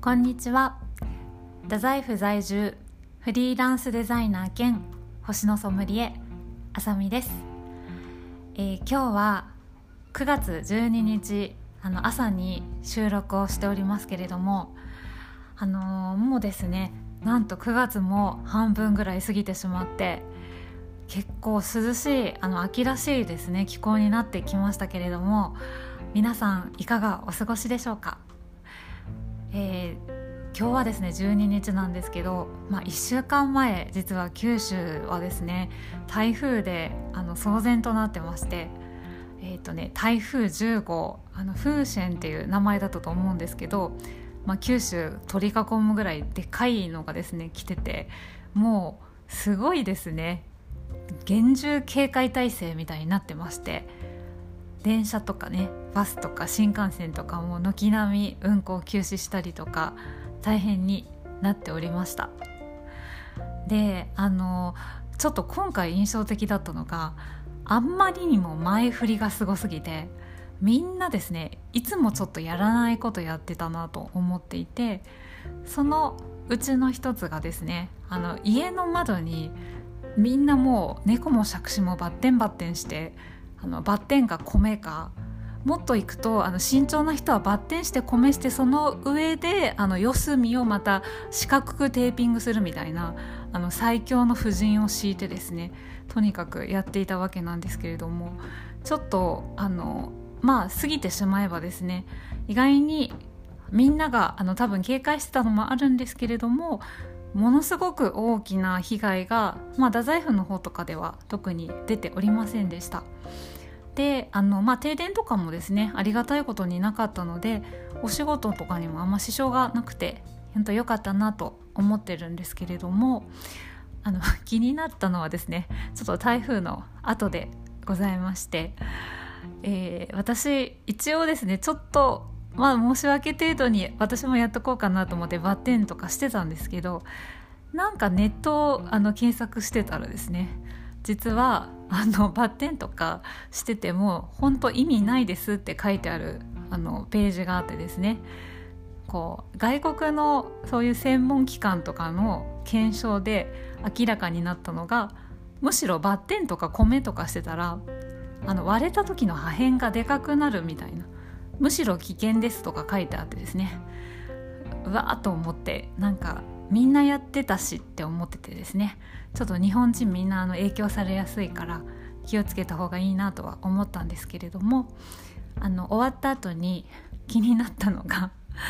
こんにちは。太宰府在住フリーランスデザイナー兼星のソムリエあさみです。今日は9月12日朝に収録をしておりますけれども、もうですね、なんと9月も半分ぐらい過ぎてしまって、結構涼しい秋らしいですね気候になってきましたけれども、皆さんいかがお過ごしでしょうか。今日はですね12日なんですけど、1週間前実は九州はですね台風で騒然となってまして、台風10号風旋っていう名前だったと思うんですけど、九州取り囲むぐらいでかいのがですね来てて、もうすごいですね、厳重警戒態勢みたいになってまして、電車とかねバスとか新幹線とかも軒並み運行休止したりとか大変になっておりました。でちょっと今回印象的だったのが、あんまりにも前振りがすごすぎて、みんなですねいつもちょっとやらないことやってたなと思っていて、そのうちの一つがですね、家の窓にみんなもう猫も杓子もバッテンバッテンして、バッテンが米か、もっといくと慎重な人はバッテンして米して、その上で四隅をまた四角くテーピングするみたいな最強の布陣を敷いてですね、とにかくやっていたわけなんですけれども、ちょっと過ぎてしまえばですね、意外にみんなが多分警戒してたのもあるんですけれども、ものすごく大きな被害が、太宰府の方とかでは特に出ておりませんでした。で停電とかもですねありがたいことになかったので、お仕事とかにもあんま支障がなくて本当良かったなと思ってるんですけれども、気になったのはですね、ちょっと台風の後でございまして、私一応ですねちょっと申し訳程度に私もやっとこうかなと思ってバッテンとかしてたんですけど、なんかネットを検索してたらですね、実はバッテンとかしてても本当意味ないですって書いてあるページがあってですね、こう外国のそういう専門機関とかの検証で明らかになったのが、むしろバッテンとか米とかしてたら割れた時の破片がでかくなるみたいな、むしろ危険ですとか書いてあってですね、うわーと思って、なんかみんなやってたしって思っててですね、ちょっと日本人みんな影響されやすいから気をつけた方がいいなとは思ったんですけれども、終わった後に気になったのが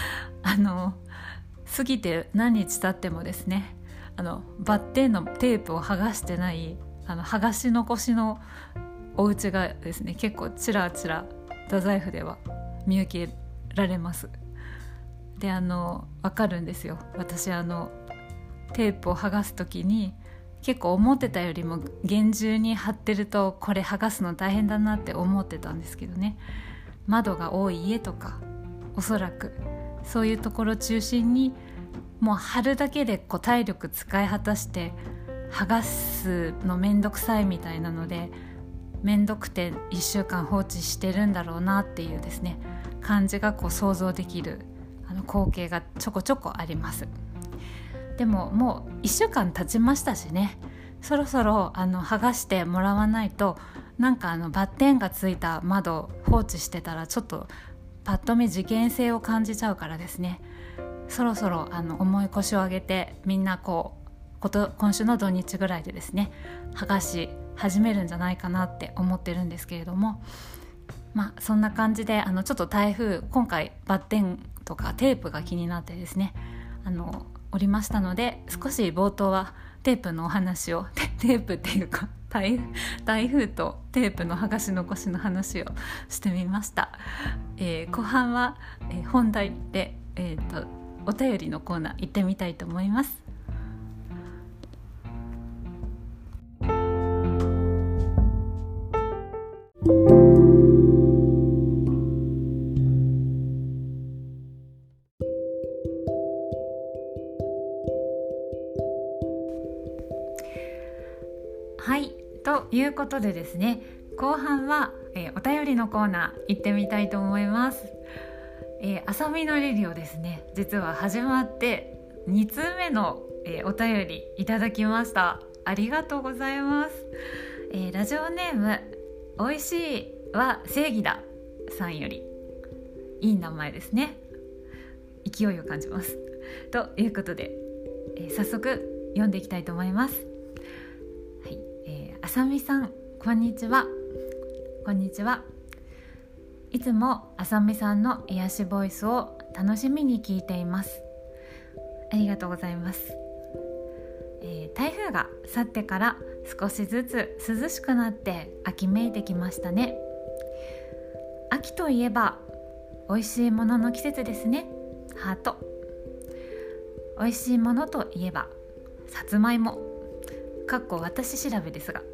過ぎて何日経ってもですねバッテンのテープを剥がしてない剥がし残しのお家がですね結構ちらちら太宰府では見受けられます。で分かるんですよ。私テープを剥がす時に結構思ってたよりも厳重に貼ってると、これ剥がすの大変だなって思ってたんですけどね、窓が多い家とかおそらくそういうところ中心にもう貼るだけで体力使い果たして剥がすのめんどくさいみたいなので、めんどくて1週間放置してるんだろうなっていうですね感じが想像できる光景がちょこちょこあります。でももう1週間経ちましたしね、そろそろ剥がしてもらわないと、なんかバッテンがついた窓放置してたらちょっとパッと見事件性を感じちゃうからですね、そろそろ重い腰を上げてみんな今週の土日ぐらいでですね剥がし始めるんじゃないかなって思ってるんですけれども、そんな感じでちょっと台風今回バッテンとかテープが気になってですねおりましたので、少し冒頭はテープのお話をテープっていうか台風とテープの剥がし残しの話をしてみました。後半は、本題で、お便りのコーナー行ってみたいと思います。はい、ということでですね、後半は、お便りのコーナー行ってみたいと思います。 あさみのレディオですね、実は始まって2通目の、お便りいただきました。ありがとうございます。ラジオネームおいしいは正義ださんより、いい名前ですね。勢いを感じます。ということで、早速読んでいきたいと思います。はい、あさみさん、こんにちは。こんにちは。いつもあさみさんの癒しボイスを楽しみに聞いています。ありがとうございます。台風が去ってから少しずつ涼しくなって秋めいてきましたね。秋といえば美味しいものの季節ですね。ハート。美味しいものといえばさつまいも。かっこ私調べですが、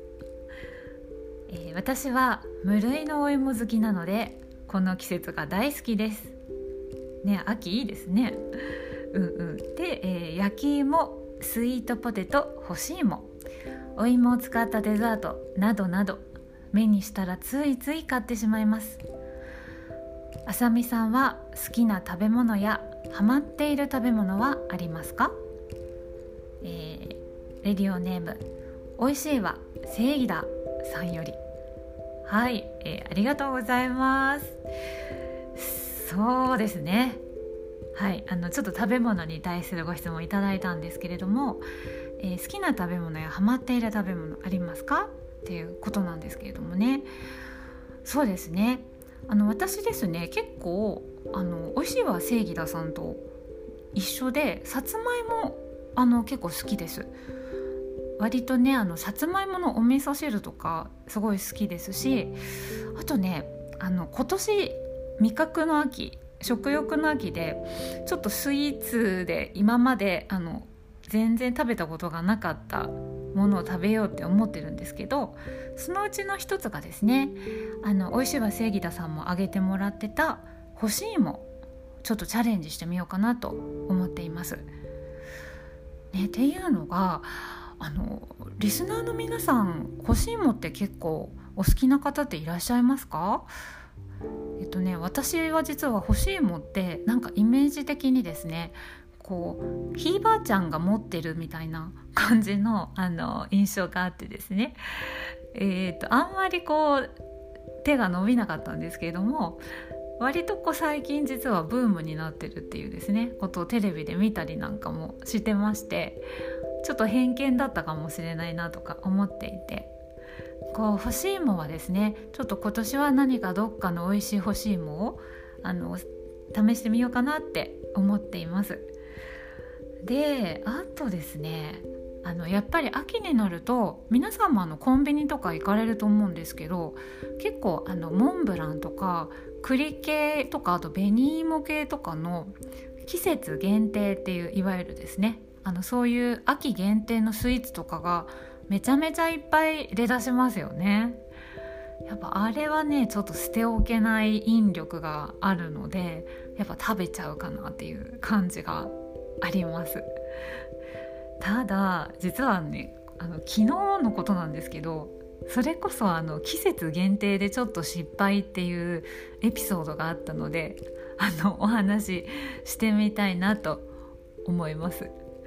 私は無類のお芋好きなのでこの季節が大好きですね。秋いいですね。で、焼き芋、スイートポテト、干し芋、お芋を使ったデザートなどなど、目にしたらついつい買ってしまいます。あさみさんは好きな食べ物やハマっている食べ物はありますか？レディオネームおいしいは正義ださんより、はい、ありがとうございます。そうですね、はい、ちょっと食べ物に対するご質問いただいたんですけれども、好きな食べ物やハマっている食べ物ありますかっていうことなんですけれどもね。そうですね、私ですね、結構おいしいは正義ださんと一緒で、さつまいも結構好きです。割とね、さつまいものお味噌汁とかすごい好きですし、あとね、今年味覚の秋、食欲の秋でちょっとスイーツで今まで全然食べたことがなかったものを食べようって思ってるんですけど、そのうちの一つがですね、おいしいは正義ださんも挙げてもらってた干し芋、ちょっとチャレンジしてみようかなと思っています、ね。っていうのがリスナーの皆さん、干し芋って結構お好きな方っていらっしゃいますか？私は実は干し芋ってなんかイメージ的にですね、こうひいばあちゃんが持ってるみたいな感じの、印象があってですね、あんまりこう手が伸びなかったんですけれども、割と最近実はブームになってるっていうですねことをテレビで見たりなんかもしてまして、ちょっと偏見だったかもしれないなとか思っていて、干し芋はですね、ちょっと今年は何かどっかの美味しい干し芋を試してみようかなって思っています。で、あとですね、やっぱり秋になると皆さんもコンビニとか行かれると思うんですけど、結構モンブランとか栗系とか、あと紅芋系とかの季節限定っていう、いわゆるですね、そういう秋限定のスイーツとかがめちゃめちゃいっぱい出だしますよね。やっぱあれはね、ちょっと捨ておけない引力があるので、やっぱ食べちゃうかなっていう感じがあります。ただ実はね、昨日のことなんですけど、それこそ季節限定でちょっと失敗っていうエピソードがあったので、お話ししてみたいなと思います。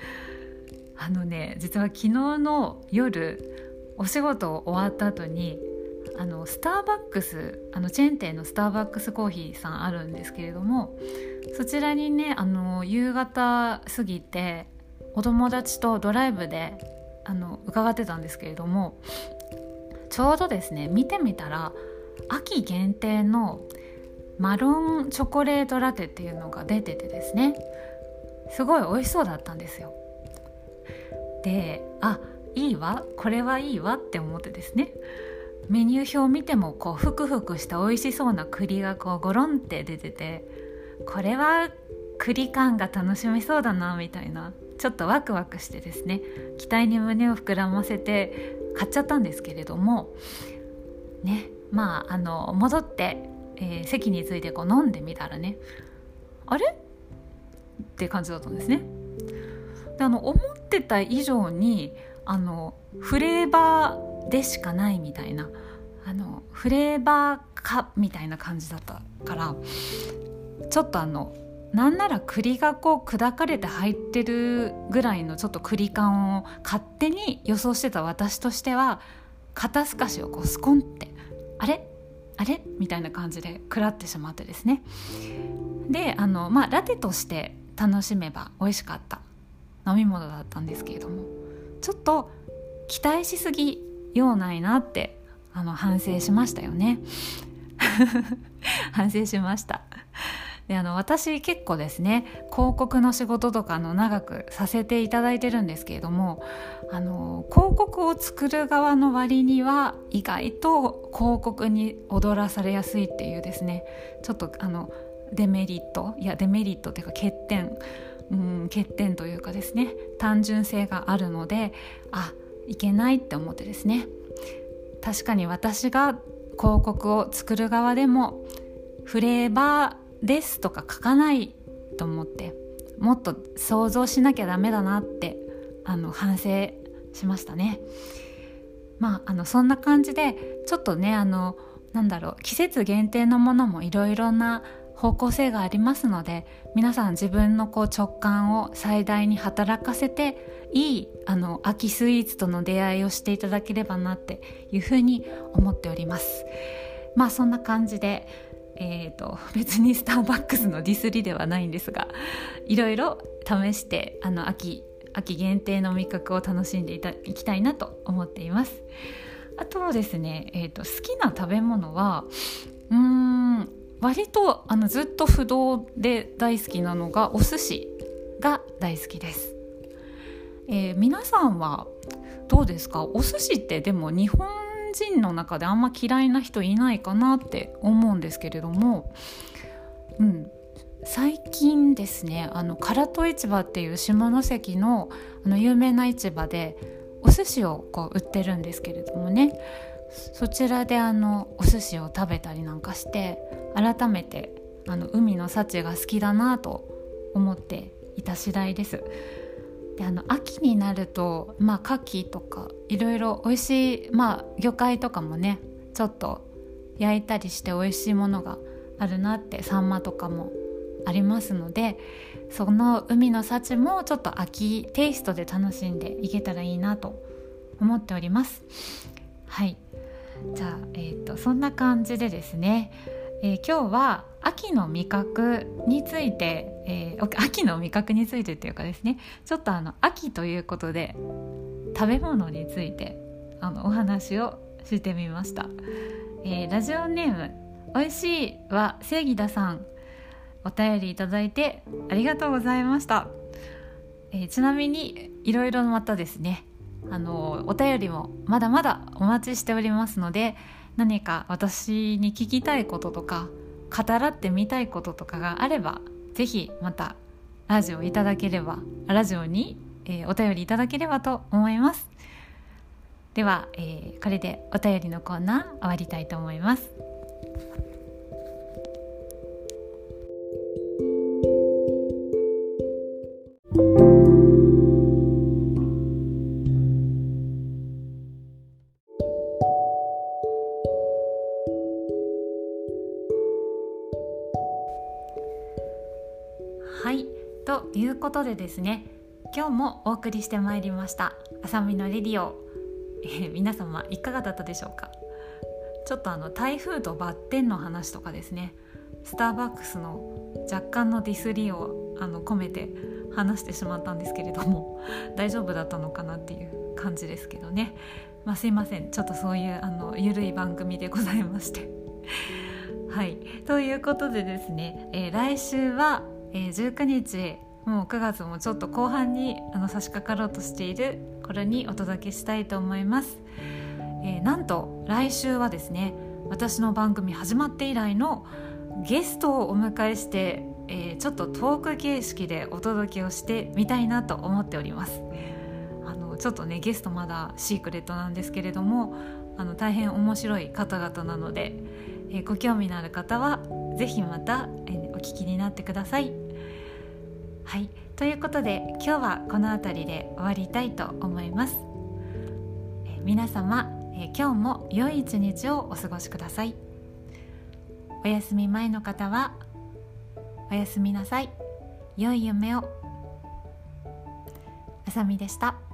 実は昨日の夜お仕事終わった後にスターバックス、チェーン店のスターバックスコーヒーさんあるんですけれども、そちらにね、夕方過ぎてお友達とドライブで伺ってたんですけれども、ちょうどですね、見てみたら秋限定のマロンチョコレートラテっていうのが出ててですね、すごい美味しそうだったんですよ。で、いいわ、これはいいわって思ってですね、メニュー表を見てもふくふくした美味しそうな栗がゴロンって出てて、これは栗感が楽しめそうだなみたいな、ちょっとワクワクしてですね、期待に胸を膨らませて買っちゃったんですけれどもね、戻って、席について飲んでみたらね、あれって感じだったんですね。で、思ってた以上にフレーバーでしかないみたいな、フレーバーかみたいな感じだったから、 ちょっとなんなら栗がこう砕かれて入ってるぐらいのちょっと栗感を勝手に予想してた私としては、肩透かしをこうスコンってあれみたいな感じで食らってしまってですね。でラテとして楽しめば美味しかった飲み物だったんですけれども、ちょっと期待しすぎようないなって反省しましたよね反省しました。で私結構ですね、広告の仕事とか長くさせていただいてるんですけれども、広告を作る側の割には意外と広告に踊らされやすいっていうですね、ちょっとデメリットっていうか欠点というかですね、単純性があるので、いけないって思ってですね、確かに私が広告を作る側でもフレーバーですとか書かないと思って、もっと想像しなきゃダメだなって反省しましたね。そんな感じでちょっとね季節限定のものもいろいろな方向性がありますので、皆さん自分の直感を最大に働かせていい秋スイーツとの出会いをしていただければなっていうふうに思っております。そんな感じで別にスターバックスのディスりではないんですが、いろいろ試して秋限定の味覚を楽しんでいきたいなと思っています。あとですね、好きな食べ物は割とずっと不動で大好きなのがお寿司が大好きです。皆さんはどうですか？お寿司ってでも日本人の中であんま嫌いな人いないかなって思うんですけれども、最近ですね唐戸市場っていう下関の有名な市場でお寿司を売ってるんですけれどもね、そちらでお寿司を食べたりなんかして、改めて海の幸が好きだなと思っていた次第です。で秋になると牡蠣とかいろいろ美味しい魚介とかもねちょっと焼いたりして美味しいものがあるなって、サンマとかもありますので、その海の幸もちょっと秋テイストで楽しんでいけたらいいなと思っております。はい、じゃあ、そんな感じでですね、今日は秋の味覚について、秋の味覚についてっていうかですね、ちょっと秋ということで食べ物についてお話をしてみました。ラジオネームおいしいは正義ださん、お便りいただいてありがとうございました。ちなみにいろいろまたですねお便りもまだまだお待ちしておりますので、何か私に聞きたいこととか語らってみたいこととかがあれば、ぜひまたラジオに、お便りいただければと思います。では、これでお便りのコーナー終わりたいと思います。はい、ということでですね、今日もお送りしてまいりましたあさみのレディオ、皆様いかがだったでしょうか。ちょっと台風とバッテンの話とかですね、スターバックスの若干のディスりを込めて話してしまったんですけれども大丈夫だったのかなっていう感じですけどね、すいません、ちょっとそういうゆるい番組でございましてはい、ということでですね、来週は19日、もう9月もちょっと後半に差し掛かろうとしている頃にお届けしたいと思います。なんと来週はですね、私の番組始まって以来のゲストをお迎えして、ちょっとトーク形式でお届けをしてみたいなと思っております。ちょっとねゲストまだシークレットなんですけれども、大変面白い方々なので、ご興味のある方はぜひまた、お聞きになってください。はい、ということで今日はこの辺りで終わりたいと思います。皆様、今日も良い一日をお過ごしください。お休み前の方はおやすみなさい。良い夢を。あさみでした。